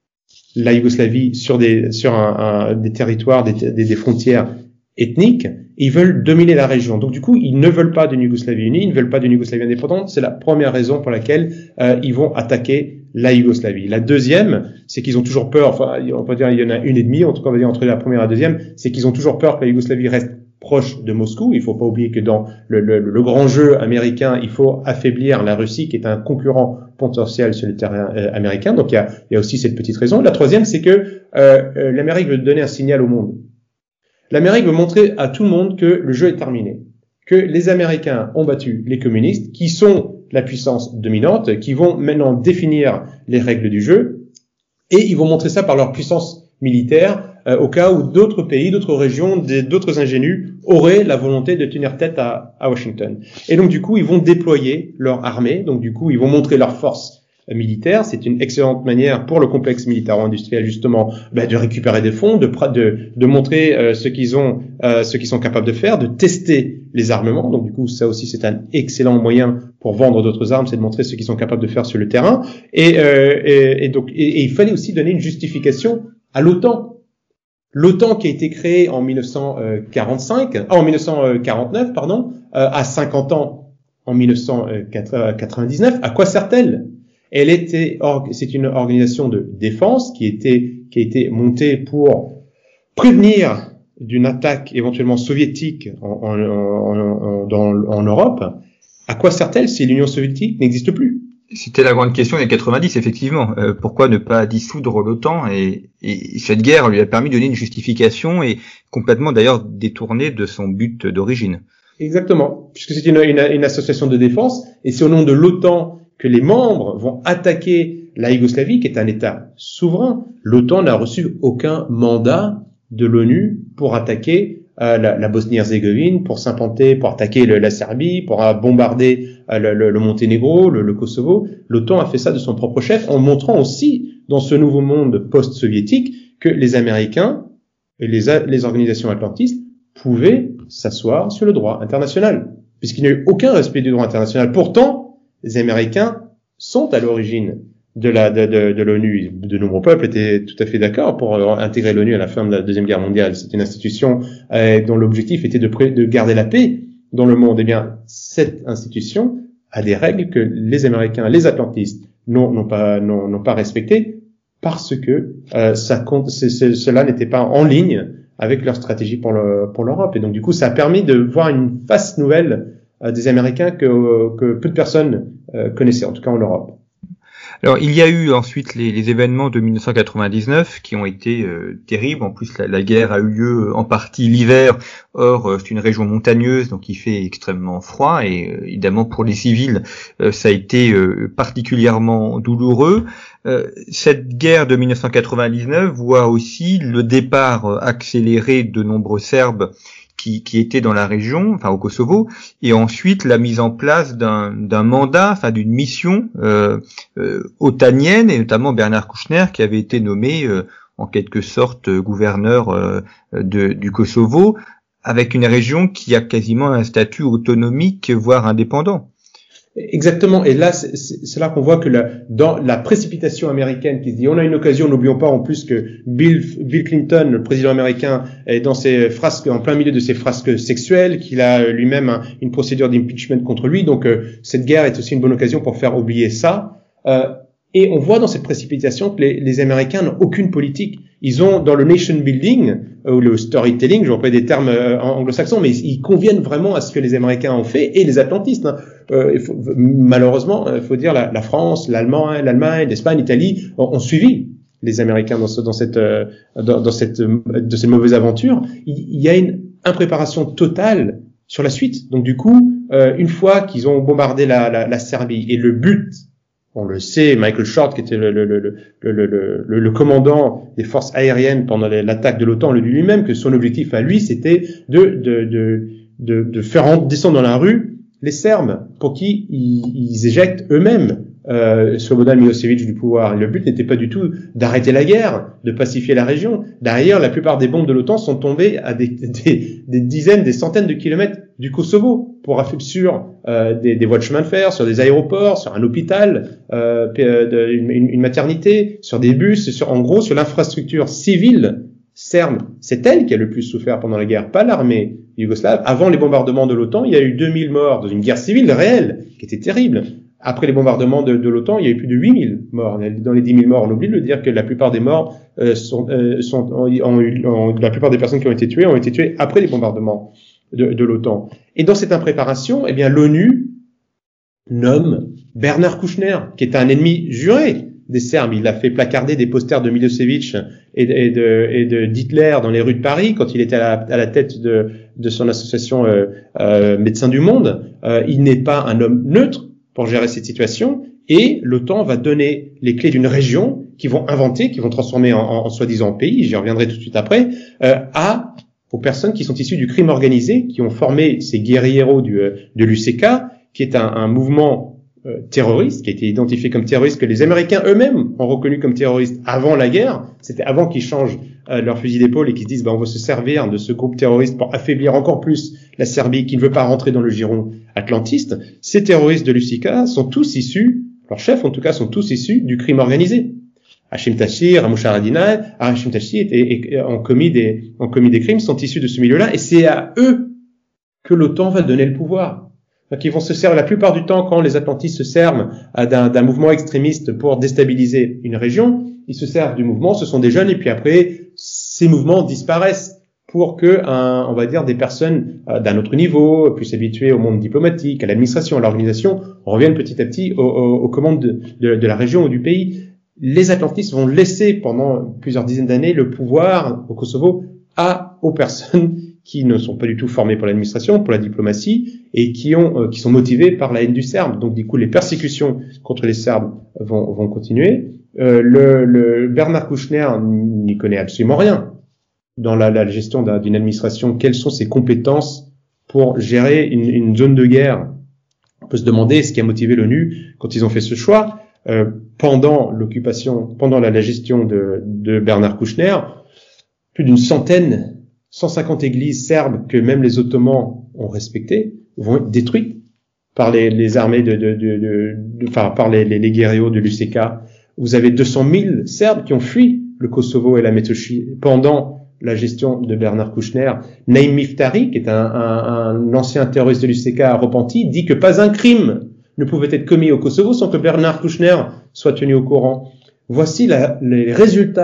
la Yougoslavie sur des sur un, un des territoires, des, des, des frontières ethniques. Et ils veulent dominer la région. Donc du coup, ils ne veulent pas d'une Yougoslavie unie, ils ne veulent pas d'une Yougoslavie indépendante. C'est la première raison pour laquelle euh, ils vont attaquer la Yougoslavie. La deuxième, c'est qu'ils ont toujours peur, enfin, on peut dire il y en a une et demie, en tout cas on va dire entre la première et la deuxième, c'est qu'ils ont toujours peur que la Yougoslavie reste proche de Moscou. Il faut pas oublier que dans le, le, le grand jeu américain, il faut affaiblir la Russie, qui est un concurrent potentiel sur le terrain euh, américain. Donc il y a, il y a aussi cette petite raison. La troisième, c'est que euh, euh, l'Amérique veut donner un signal au monde. L'Amérique veut montrer à tout le monde que le jeu est terminé, que les Américains ont battu les communistes, qui sont la puissance dominante, qui vont maintenant définir les règles du jeu, et ils vont montrer ça par leur puissance militaire, euh, au cas où d'autres pays, d'autres régions, des, d'autres ingénus auraient la volonté de tenir tête à, à Washington. Et donc du coup, ils vont déployer leur armée, donc du coup, ils vont montrer leur force militaire. C'est une excellente manière pour le complexe militaro-industriel justement ben, de récupérer des fonds, de, de, de montrer euh, ce qu'ils ont, euh, ce qu'ils sont capables de faire, de tester les armements. Donc du coup, ça aussi c'est un excellent moyen pour vendre d'autres armes, c'est de montrer ce qu'ils sont capables de faire sur le terrain. Et, euh, et, et donc, et, et il fallait aussi donner une justification à l'OTAN. L'OTAN qui a été créée en mille neuf cent quarante-cinq, ah, en mille neuf cent quarante-neuf, pardon, euh, à cinquante ans en mille neuf cent quatre-vingt-dix-neuf. À quoi sert-elle? Elle était, c'est une organisation de défense qui était, qui a été montée pour prévenir d'une attaque éventuellement soviétique en, en, en, en, dans, en Europe. À quoi sert-elle si l'Union soviétique n'existe plus? C'était la grande question des quatre-vingt-dix, effectivement. Euh, pourquoi ne pas dissoudre l'OTAN? Et, et cette guerre lui a permis de donner une justification et complètement d'ailleurs détournée de son but d'origine. Exactement, puisque c'est une, une, une association de défense et c'est au nom de l'OTAN que les membres vont attaquer la Yougoslavie, qui est un État souverain. L'OTAN n'a reçu aucun mandat de l'ONU pour attaquer euh, la, la Bosnie-Herzégovine, pour s'implanter, pour attaquer le, la Serbie, pour euh, bombarder euh, le, le, le Monténégro, le, le Kosovo. L'OTAN a fait ça de son propre chef, en montrant aussi, dans ce nouveau monde post-soviétique, que les Américains et les, les organisations atlantistes pouvaient s'asseoir sur le droit international, puisqu'il n'y a eu aucun respect du droit international. Pourtant, les Américains sont à l'origine de la de, de, de l'ONU. De nombreux peuples étaient tout à fait d'accord pour intégrer l'ONU à la fin de la Deuxième Guerre mondiale. C'est une institution euh, dont l'objectif était de, de garder la paix dans le monde. Eh bien, cette institution a des règles que les Américains, les atlantistes, n'ont, n'ont pas n'ont, n'ont pas respectées parce que euh, ça compte, c'est, c'est, cela n'était pas en ligne avec leur stratégie pour le, pour l'Europe. Et donc du coup, ça a permis de voir une face nouvelle euh, des Américains que, que peu de personnes euh, connaissaient, en tout cas en Europe. Alors, il y a eu ensuite les, les événements de mille neuf cent quatre-vingt-dix-neuf qui ont été euh, terribles. En plus, la, la guerre a eu lieu en partie l'hiver. Or, euh, c'est une région montagneuse, donc il fait extrêmement froid. Et euh, évidemment, pour les civils, euh, ça a été euh, particulièrement douloureux. Euh, cette guerre de mille neuf cent quatre-vingt-dix-neuf voit aussi le départ euh, accéléré de nombreux Serbes qui, qui étaient dans la région, enfin au Kosovo, et ensuite la mise en place d'un, d'un mandat, enfin d'une mission euh, euh, otanienne, et notamment Bernard Kouchner, qui avait été nommé euh, en quelque sorte gouverneur euh, de, du Kosovo, avec une région qui a quasiment un statut autonomique, voire indépendant. Exactement. Et là, c'est, c'est là qu'on voit que la, dans la précipitation américaine qui se dit, on a une occasion, n'oublions pas en plus que Bill, Bill Clinton, le président américain, est dans ses frasques, en plein milieu de ses frasques sexuelles, qu'il a lui-même un, une procédure d'impeachment contre lui. Donc, euh, cette guerre est aussi une bonne occasion pour faire oublier ça. Euh, et on voit dans cette précipitation que les, les Américains n'ont aucune politique. Ils ont, dans le nation building, ou le storytelling, je vais employer des termes euh, anglo-saxons, mais ils, ils conviennent vraiment à ce que les Américains ont fait, et les atlantistes. Hein. Euh, il faut, malheureusement, il faut dire, la, la France, l'Allemagne, l'Allemagne, l'Espagne, l'Italie ont, ont suivi les Américains dans, ce, dans cette, euh, dans, dans cette, de cette mauvaise aventure. Il, il y a une impréparation totale sur la suite. Donc du coup, euh, une fois qu'ils ont bombardé la, la, la Serbie, et le but, on le sait, Michael Short, qui était le, le, le, le, le, le, le commandant des forces aériennes pendant l'attaque de l'OTAN, le dit lui-même que son objectif à lui, c'était de, de, de, de, de faire descendre dans la rue les Serbes pour qu'ils ils éjectent eux-mêmes euh, Slobodan Milosevic du pouvoir. Et le but n'était pas du tout d'arrêter la guerre, de pacifier la région. D'ailleurs, la plupart des bombes de l'OTAN sont tombées à des, des, des dizaines, des centaines de kilomètres du Kosovo, pour sur euh, des, des voies de chemin de fer, sur des aéroports, sur un hôpital, euh, de, une, une maternité, sur des bus, sur, en gros sur l'infrastructure civile serbe. C'est elle qui a le plus souffert pendant la guerre, pas l'armée yougoslave. Avant les bombardements de l'OTAN, il y a eu deux mille morts dans une guerre civile réelle, qui était terrible. Après les bombardements de, de l'OTAN, il y a eu plus de huit mille morts. Dans les dix mille morts, on oublie de le dire que la plupart des morts euh, sont, euh, sont ont, ont, ont, la plupart des personnes qui ont été tuées ont été tuées après les bombardements de, de l'OTAN. Et dans cette impréparation, eh bien, l'ONU nomme Bernard Kouchner, qui est un ennemi juré des Serbes. Il a fait placarder des posters de Milosevic et de, et de, et de d'Hitler dans les rues de Paris quand il était à la, à la tête de, de son association euh, euh, Médecins du Monde. Euh, il n'est pas un homme neutre pour gérer cette situation, et l'OTAN va donner les clés d'une région qu'ils vont inventer, qu'ils vont transformer en, en, en soi-disant pays, j'y reviendrai tout de suite après, euh, à aux personnes qui sont issues du crime organisé, qui ont formé ces guerrieros du, de l'U C K, qui est un, un mouvement euh, terroriste, qui a été identifié comme terroriste, que les Américains eux-mêmes ont reconnu comme terroriste avant la guerre. C'était avant qu'ils changent euh, leur fusil d'épaule et qu'ils se disent bah, on va se servir de ce groupe terroriste pour affaiblir encore plus la Serbie, qui ne veut pas rentrer dans le giron atlantiste. Ces terroristes de l'U C K sont tous issus, leurs chefs en tout cas, sont tous issus du crime organisé. Hashim Tashir, Ramush Haradinaj, Hashim Tashir et, et, ont commis des, ont commis des crimes, sont issus de ce milieu-là, et c'est à eux que l'OTAN va donner le pouvoir. Donc ils vont se servir la plupart du temps quand les atlantistes se servent d'un, d'un mouvement extrémiste pour déstabiliser une région, ils se servent du mouvement, ce sont des jeunes, et puis après, ces mouvements disparaissent pour que, un, on va dire, des personnes euh, d'un autre niveau, plus habituées au monde diplomatique, à l'administration, à l'organisation, reviennent petit à petit aux, aux, aux commandes de, de, de la région ou du pays. Les atlantistes vont laisser pendant plusieurs dizaines d'années le pouvoir au Kosovo à aux personnes qui ne sont pas du tout formées pour l'administration, pour la diplomatie, et qui ont, euh, qui sont motivées par la haine du Serbe. Donc du coup, les persécutions contre les Serbes vont, vont continuer. Euh, le, le Bernard Kouchner n'y connaît absolument rien dans la, la gestion d'une administration. Quelles sont ses compétences pour gérer une, une zone de guerre? On peut se demander ce qui a motivé l'ONU quand ils ont fait ce choix. Euh, pendant l'occupation, pendant la, la gestion de, de Bernard Kouchner, plus d'une centaine, cent cinquante églises serbes que même les Ottomans ont respectées vont être détruites par les, les armées de, de, de, de, de enfin par les, les, les guerrieros de l'U C K. Vous avez deux cent mille Serbes qui ont fui le Kosovo et la Metochie pendant la gestion de Bernard Kouchner. Naïm Miftari, qui est un, un, un ancien terroriste de l'U C K repenti, dit que pas un crime ne pouvait être commis au Kosovo sans que Bernard Kouchner soit tenu au courant. Voici la, les résultats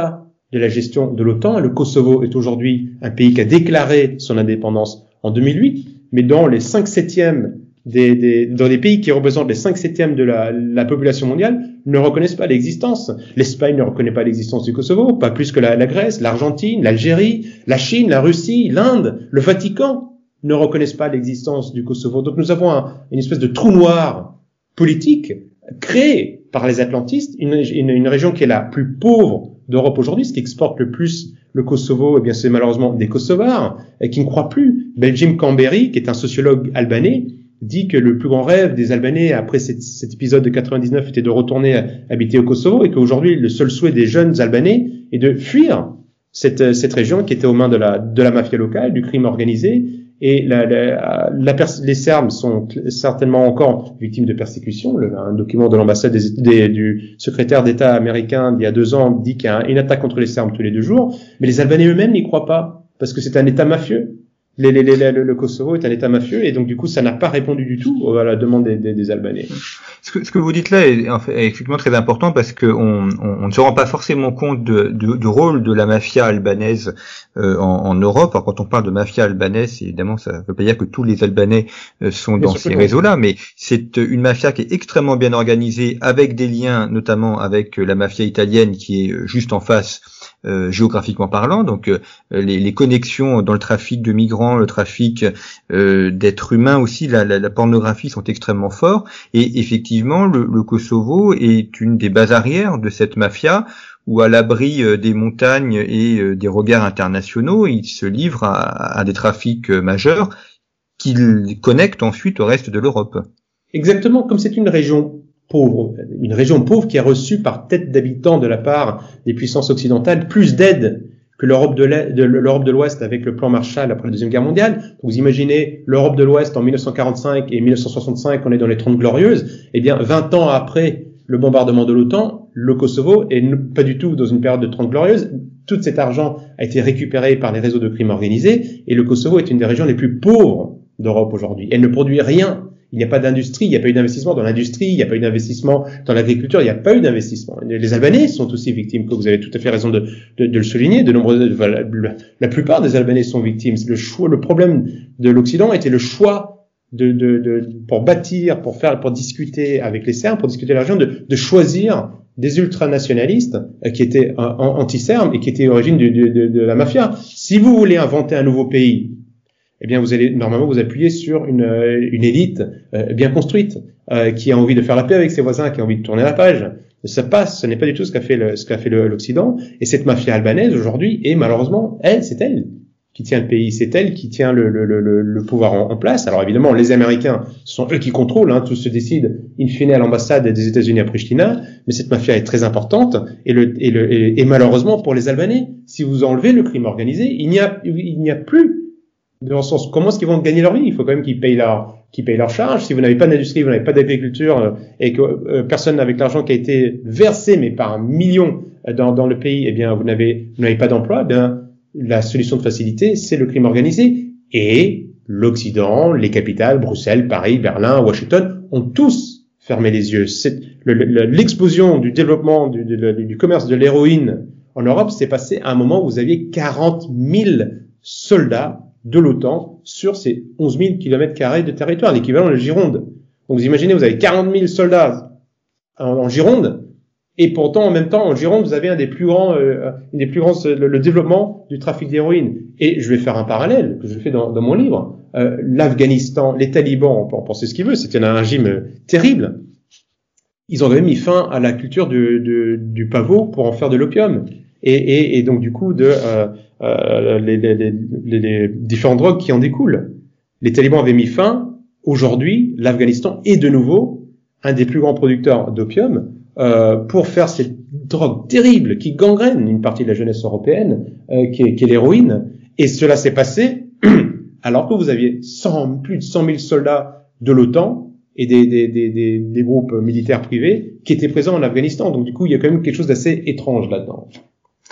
de la gestion de l'OTAN. Le Kosovo est aujourd'hui un pays qui a déclaré son indépendance en deux mille huit, mais dans les cinq septièmes des, des, dans les pays qui représentent les cinq septièmes de la, la population mondiale ne reconnaissent pas l'existence. L'Espagne ne reconnaît pas l'existence du Kosovo, pas plus que la, la Grèce, l'Argentine, l'Algérie, la Chine, la Russie, l'Inde, le Vatican ne reconnaissent pas l'existence du Kosovo. Donc nous avons un, une espèce de trou noir politique créé par les atlantistes, une, une, une région qui est la plus pauvre d'Europe aujourd'hui, ce qui exporte le plus le Kosovo, eh bien c'est malheureusement des Kosovars et qui ne croient plus. Belgium Camberi, qui est un sociologue albanais, dit que le plus grand rêve des Albanais après cet, cet épisode de quatre-vingt-dix-neuf était de retourner habiter au Kosovo et qu'aujourd'hui le seul souhait des jeunes Albanais est de fuir cette, cette région qui était aux mains de la, de la mafia locale, du crime organisé. Et la, la, la pers- les Serbes sont certainement encore victimes de persécutions. Le, un document de l'ambassade des, des, du secrétaire d'État américain d'il y a deux ans dit qu'il y a une attaque contre les Serbes tous les deux jours. Mais les Albanais eux-mêmes n'y croient pas parce que c'est un État mafieux. Les, les, les, le, le Kosovo est un État mafieux et donc du coup ça n'a pas répondu du tout à la demande des, des, des Albanais. Ce que, ce que vous dites là est, en fait, est effectivement très important parce que on, on, on ne se rend pas forcément compte de, de, du rôle de la mafia albanaise euh, en, en Europe. Alors, quand on parle de mafia albanaise, évidemment ça ne veut pas dire que tous les Albanais euh, sont dans ces réseaux-là, mais c'est une mafia qui est extrêmement bien organisée avec des liens notamment avec la mafia italienne qui est juste en face. Euh, géographiquement parlant, donc euh, les, les connexions dans le trafic de migrants, le trafic euh, d'êtres humains aussi, la, la, la pornographie sont extrêmement forts. Et effectivement, le, le Kosovo est une des bases arrières de cette mafia, où à l'abri euh, des montagnes et euh, des regards internationaux, il se livre à, à des trafics euh, majeurs qu'il connecte ensuite au reste de l'Europe. Exactement, comme c'est une région pauvre, une région pauvre qui a reçu par tête d'habitant de la part des puissances occidentales plus d'aide que l'Europe de l'Est, de l'Europe de l'Ouest avec le plan Marshall après la Deuxième Guerre mondiale. Donc, vous imaginez l'Europe de l'Ouest en mille neuf cent quarante-cinq et mille neuf cent soixante-cinq, on est dans les Trente Glorieuses. Eh bien, vingt ans après le bombardement de l'OTAN, le Kosovo est pas du tout dans une période de Trente Glorieuses. Tout cet argent a été récupéré par les réseaux de crime organisé et le Kosovo est une des régions les plus pauvres d'Europe aujourd'hui. Elle ne produit rien. Il n'y a pas d'industrie, il n'y a pas eu d'investissement dans l'industrie, il n'y a pas eu d'investissement dans l'agriculture, il n'y a pas eu d'investissement. Les Albanais sont aussi victimes, que vous avez tout à fait raison de, de, de le souligner. De nombreux, voilà, la plupart des Albanais sont victimes. Le choix, le problème de l'Occident était le choix de, de, de, pour bâtir, pour faire, pour discuter avec les Serbes, pour discuter de la région, de, de choisir des ultranationalistes euh, qui étaient euh, anti-serbes et qui étaient origine de, de, de, de la mafia. Si vous voulez inventer un nouveau pays, eh bien, vous allez normalement vous appuyer sur une, une élite euh, bien construite, euh, qui a envie de faire la paix avec ses voisins, qui a envie de tourner la page. Ça passe, ce n'est pas du tout ce qu'a fait le, ce qu'a fait le, l'Occident. Et cette mafia albanaise aujourd'hui, est malheureusement, elle, c'est elle qui tient le pays, c'est elle qui tient le, le, le, le pouvoir en, en place. Alors évidemment, les Américains sont eux qui contrôlent, hein, tout se décide in fine à l'ambassade des États-Unis à Pristina, mais cette mafia est très importante. Et, le, et, le, et, et malheureusement pour les Albanais, si vous enlevez le crime organisé, il n'y a, il n'y a plus. Dans le sens, comment est-ce qu'ils vont gagner leur vie? Il faut quand même qu'ils payent leur, qu'ils payent leurs charges. Si vous n'avez pas d'industrie, vous n'avez pas d'agriculture, euh, et que euh, personne avec l'argent qui a été versé, mais par millions euh, dans, dans le pays, eh bien, vous n'avez, vous n'avez pas d'emploi. Eh bien, la solution de facilité, c'est le crime organisé. Et l'Occident, les capitales, Bruxelles, Paris, Berlin, Washington, ont tous fermé les yeux. C'est, le, le, l'explosion du développement du, du, du commerce de l'héroïne en Europe s'est passé à un moment où vous aviez quarante mille soldats de l'OTAN sur ces onze mille kilomètres carrés de territoire, l'équivalent de Gironde. Donc vous imaginez, vous avez quarante mille soldats en, en Gironde, et pourtant en même temps en Gironde vous avez un des plus grands, euh, une des plus grands, le, le développement du trafic d'héroïne. Et je vais faire un parallèle que je fais dans, dans mon livre. Euh, L'Afghanistan, les talibans, on peut en penser ce qu'ils veulent, c'était un régime terrible. Ils ont même mis fin à la culture du, du, du pavot pour en faire de l'opium. Et, et, et donc du coup de euh, euh, les, les, les, les différentes drogues qui en découlent. Les talibans avaient mis fin. Aujourd'hui, l'Afghanistan est de nouveau un des plus grands producteurs d'opium euh, pour faire cette drogue terrible qui gangrène une partie de la jeunesse européenne, euh, qui est, qui est l'héroïne. Et cela s'est passé alors que vous aviez cent, plus de cent mille soldats de l'OTAN et des, des, des, des, des groupes militaires privés qui étaient présents en Afghanistan. Donc du coup, il y a quand même quelque chose d'assez étrange là-dedans.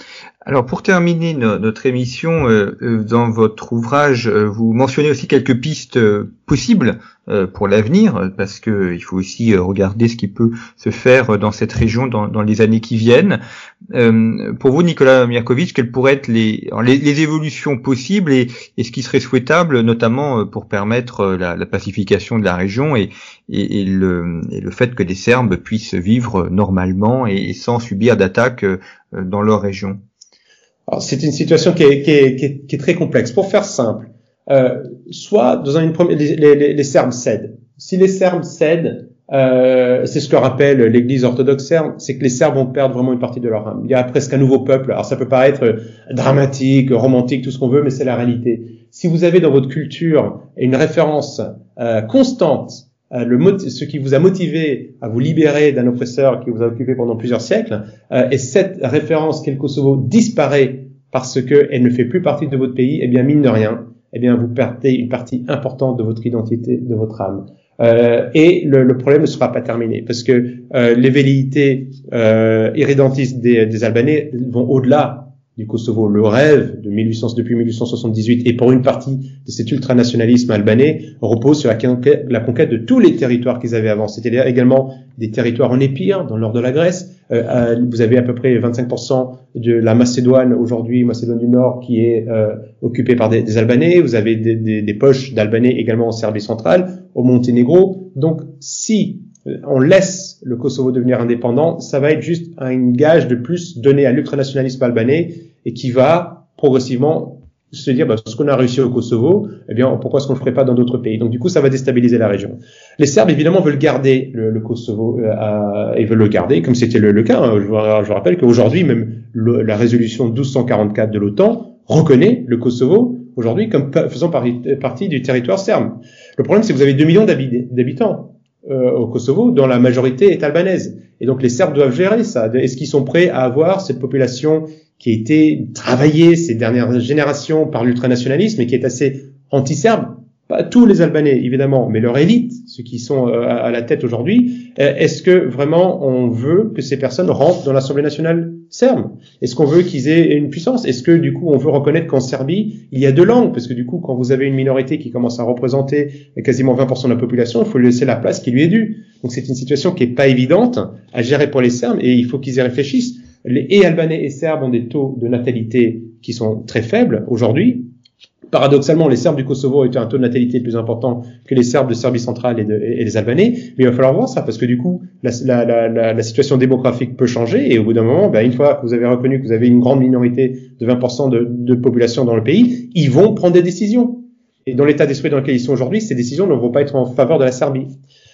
Alors pour terminer no- notre émission, euh, euh, dans votre ouvrage, euh, vous mentionnez aussi quelques pistes euh, possibles euh, pour l'avenir, parce que euh, il faut aussi euh, regarder ce qui peut se faire euh, dans cette région dans, dans les années qui viennent. Euh, pour vous, Nicolas Mirković, quelles pourraient être les, les, les évolutions possibles et, et ce qui serait souhaitable, notamment euh, pour permettre euh, la, la pacification de la région et, et, et, le, et le fait que les Serbes puissent vivre normalement et, et sans subir d'attaques euh, dans leur région? Alors, c'est une situation qui est, qui, est, qui, est, qui est très complexe. Pour faire simple, euh, soit dans une première, les, les, les Serbes cèdent. Si les Serbes cèdent, euh, c'est ce que rappelle l'Église orthodoxe serbe, c'est que les Serbes vont perdre vraiment une partie de leur âme. Il y a presque un nouveau peuple. Alors ça peut paraître dramatique, romantique, tout ce qu'on veut, mais c'est la réalité. Si vous avez dans votre culture une référence euh, constante, euh, le mot, ce qui vous a motivé à vous libérer d'un oppresseur qui vous a occupé pendant plusieurs siècles, euh, et cette référence qu'est le Kosovo disparaît parce qu'elle ne fait plus partie de votre pays, eh bien mine de rien, eh bien vous perdez une partie importante de votre identité, de votre âme. Euh, et le, le problème ne sera pas terminé parce que euh, les velléités euh, irrédentistes des, des Albanais vont au-delà du Kosovo. Le rêve de mille huit cents, depuis mille huit cent soixante-dix-huit et pour une partie de cet ultranationalisme albanais repose sur la conquête, la conquête de tous les territoires qu'ils avaient avant. C'était également des territoires en Épire, dans le nord de la Grèce. Euh, vous avez à peu près vingt-cinq pour cent de la Macédoine aujourd'hui, Macédoine du Nord, qui est euh, occupée par des, des Albanais. Vous avez des, des, des poches d'Albanais également en Serbie centrale, au Monténégro. Donc, si on laisse le Kosovo devenir indépendant, ça va être juste un gage de plus donné à l'ultranationalisme albanais et qui va progressivement se dire bah, ce qu'on a réussi au Kosovo, eh bien pourquoi est-ce qu'on le ferait pas dans d'autres pays? Donc du coup ça va déstabiliser la région. Les Serbes évidemment veulent garder le, le Kosovo euh, à, et veulent le garder comme c'était le, le cas. Hein. Je, vous, je vous rappelle qu'aujourd'hui même le, la résolution douze cent quarante-quatre de l'OTAN reconnaît le Kosovo aujourd'hui comme faisant partie, partie du territoire serbe. Le problème c'est que vous avez deux millions d'habitants. Euh, au Kosovo, dont la majorité est albanaise. Et donc les Serbes doivent gérer ça. Est-ce qu'ils sont prêts à avoir cette population qui a été travaillée ces dernières générations par l'ultranationalisme et qui est assez anti-serbe? Pas tous les Albanais, évidemment, mais leur élite, ceux qui sont euh, à la tête aujourd'hui. Euh, est-ce que vraiment on veut que ces personnes rentrent dans l'Assemblée nationale serbe? Est-ce qu'on veut qu'ils aient une puissance? Est-ce que du coup on veut reconnaître qu'en Serbie il y a deux langues? Parce que du coup quand vous avez une minorité qui commence à représenter quasiment vingt pour cent de la population, il faut lui laisser la place qui lui est due. Donc c'est une situation qui est pas évidente à gérer pour les Serbes et il faut qu'ils y réfléchissent. Les et Albanais et Serbes ont des taux de natalité qui sont très faibles aujourd'hui. Paradoxalement, les Serbes du Kosovo ont un taux de natalité plus important que les Serbes de Serbie centrale et, de, et les Albanais, mais il va falloir voir ça parce que du coup, la, la, la, la, la situation démographique peut changer et au bout d'un moment, ben, une fois que vous avez reconnu que vous avez une grande minorité de vingt pour cent de, de population dans le pays, ils vont prendre des décisions. Et dans l'état d'esprit dans lequel ils sont aujourd'hui, ces décisions ne vont pas être en faveur de la Serbie.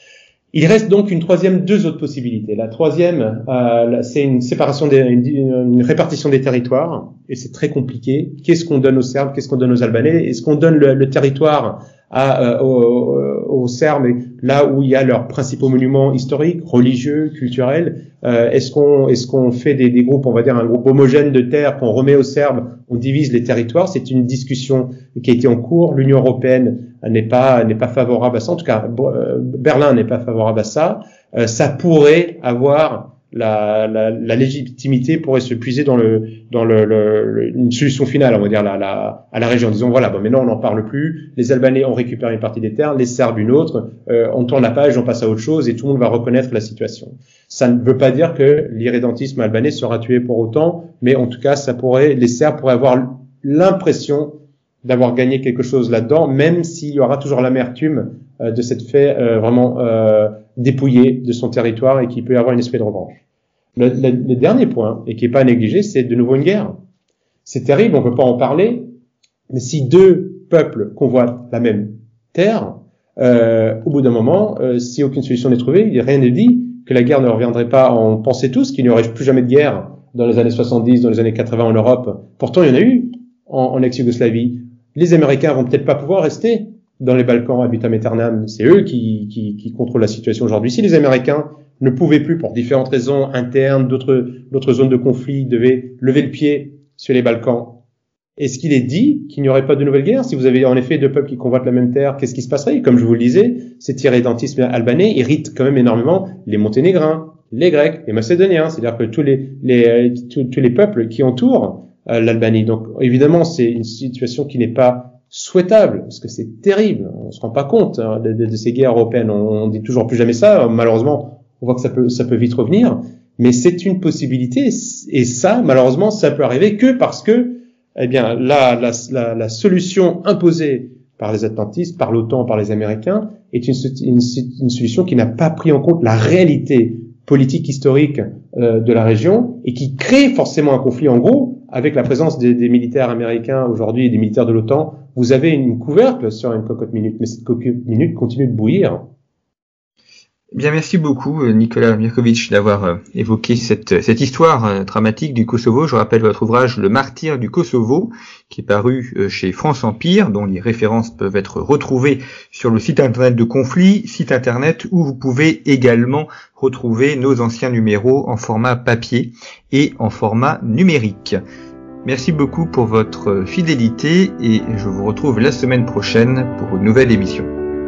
Il reste donc une troisième, deux autres possibilités. La troisième, euh, c'est une séparation, des, une, une répartition des territoires, et c'est très compliqué. Qu'est-ce qu'on donne aux Serbes, qu'est-ce qu'on donne aux Albanais? Est-ce qu'on donne le, le territoire à, euh, aux, aux Serbes, là où il y a leurs principaux monuments historiques, religieux, culturels? euh, Est-ce qu'on, est-ce qu'on fait des, des groupes, on va dire un groupe homogène de terres qu'on remet aux Serbes? On divise les territoires. C'est une discussion qui a été en cours. L'Union européenne n'est pas n'est pas favorable à ça. En tout cas, Berlin n'est pas favorable à ça. Euh, ça pourrait avoir la, la, la légitimité pourrait se puiser dans le dans le, le une solution finale, on va dire la, la à la région. Disons voilà, bon maintenant on n'en parle plus. Les Albanais ont récupéré une partie des terres, les Serbes une autre. Euh, on tourne la page, on passe à autre chose et tout le monde va reconnaître la situation. Ça ne veut pas dire que l'irrédentisme albanais sera tué pour autant, mais en tout cas ça pourrait les Serbes pourraient avoir l'impression d'avoir gagné quelque chose là-dedans, même s'il y aura toujours l'amertume euh, de cette fait euh, vraiment euh, dépouillé de son territoire et qui peut y avoir une espèce de revanche. Le, le, le dernier point, et qui est pas à négliger, c'est de nouveau une guerre. C'est terrible, on peut pas en parler, mais si deux peuples convoitent la même terre, euh, au bout d'un moment, euh, si aucune solution n'est trouvée, rien ne dit que la guerre ne reviendrait pas. On pensait tous qu'il n'y aurait plus jamais de guerre dans les années soixante-dix, dans les années quatre-vingts en Europe. Pourtant, il y en a eu en, en ex-Yougoslavie. Les Américains vont peut-être pas pouvoir rester dans les Balkans, habitam aeternam. C'est eux qui, qui, qui contrôlent la situation aujourd'hui. Si les Américains ne pouvaient plus, pour différentes raisons internes, d'autres, d'autres zones de conflit, devaient lever le pied sur les Balkans, est-ce qu'il est dit qu'il n'y aurait pas de nouvelle guerre? Si vous avez en effet deux peuples qui convoitent la même terre, qu'est-ce qui se passerait? Comme je vous le disais, cet irrédentisme albanais irrite quand même énormément les Monténégrins, les Grecs, les Macédoniens. C'est-à-dire que tous les, les, tous, tous les peuples qui entourent euh, l'Albanie. Donc évidemment, c'est une situation qui n'est pas souhaitable, parce que c'est terrible. On se rend pas compte hein, de, de, de ces guerres européennes. On, on dit toujours plus jamais ça. Malheureusement, on voit que ça peut, ça peut vite revenir. Mais c'est une possibilité, et ça, malheureusement, ça peut arriver que parce que, eh bien, la, la, la, la solution imposée par les atlantistes, par l'OTAN, par les Américains, est une, une, une solution qui n'a pas pris en compte la réalité politique historique euh, de la région et qui crée forcément un conflit. En gros, avec la présence des, des militaires américains aujourd'hui et des militaires de l'OTAN, vous avez une couvercle sur une cocotte minute, mais cette cocotte minute continue de bouillir. Bien, merci beaucoup Nicolas Mirković d'avoir euh, évoqué cette, cette histoire euh, dramatique du Kosovo. Je rappelle votre ouvrage Le Martyr du Kosovo, qui est paru euh, chez France Empire, dont les références peuvent être retrouvées sur le site internet de Conflit, site internet où vous pouvez également retrouver nos anciens numéros en format papier et en format numérique. Merci beaucoup pour votre fidélité et je vous retrouve la semaine prochaine pour une nouvelle émission.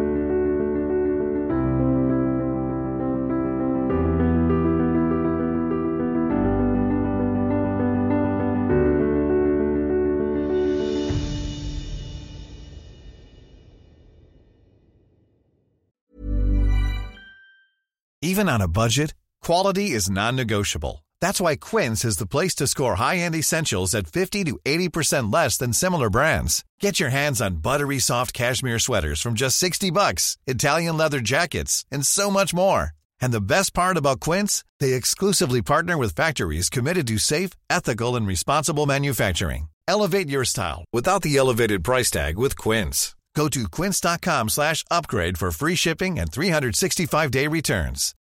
Even on a budget, quality is non-negotiable. That's why Quince is the place to score high-end essentials at fifty to eighty percent less than similar brands. Get your hands on buttery soft cashmere sweaters from just sixty bucks, Italian leather jackets, and so much more. And the best part about Quince, they exclusively partner with factories committed to safe, ethical, and responsible manufacturing. Elevate your style without the elevated price tag with Quince. Go to quince.com slash upgrade for free shipping and three sixty-five day returns.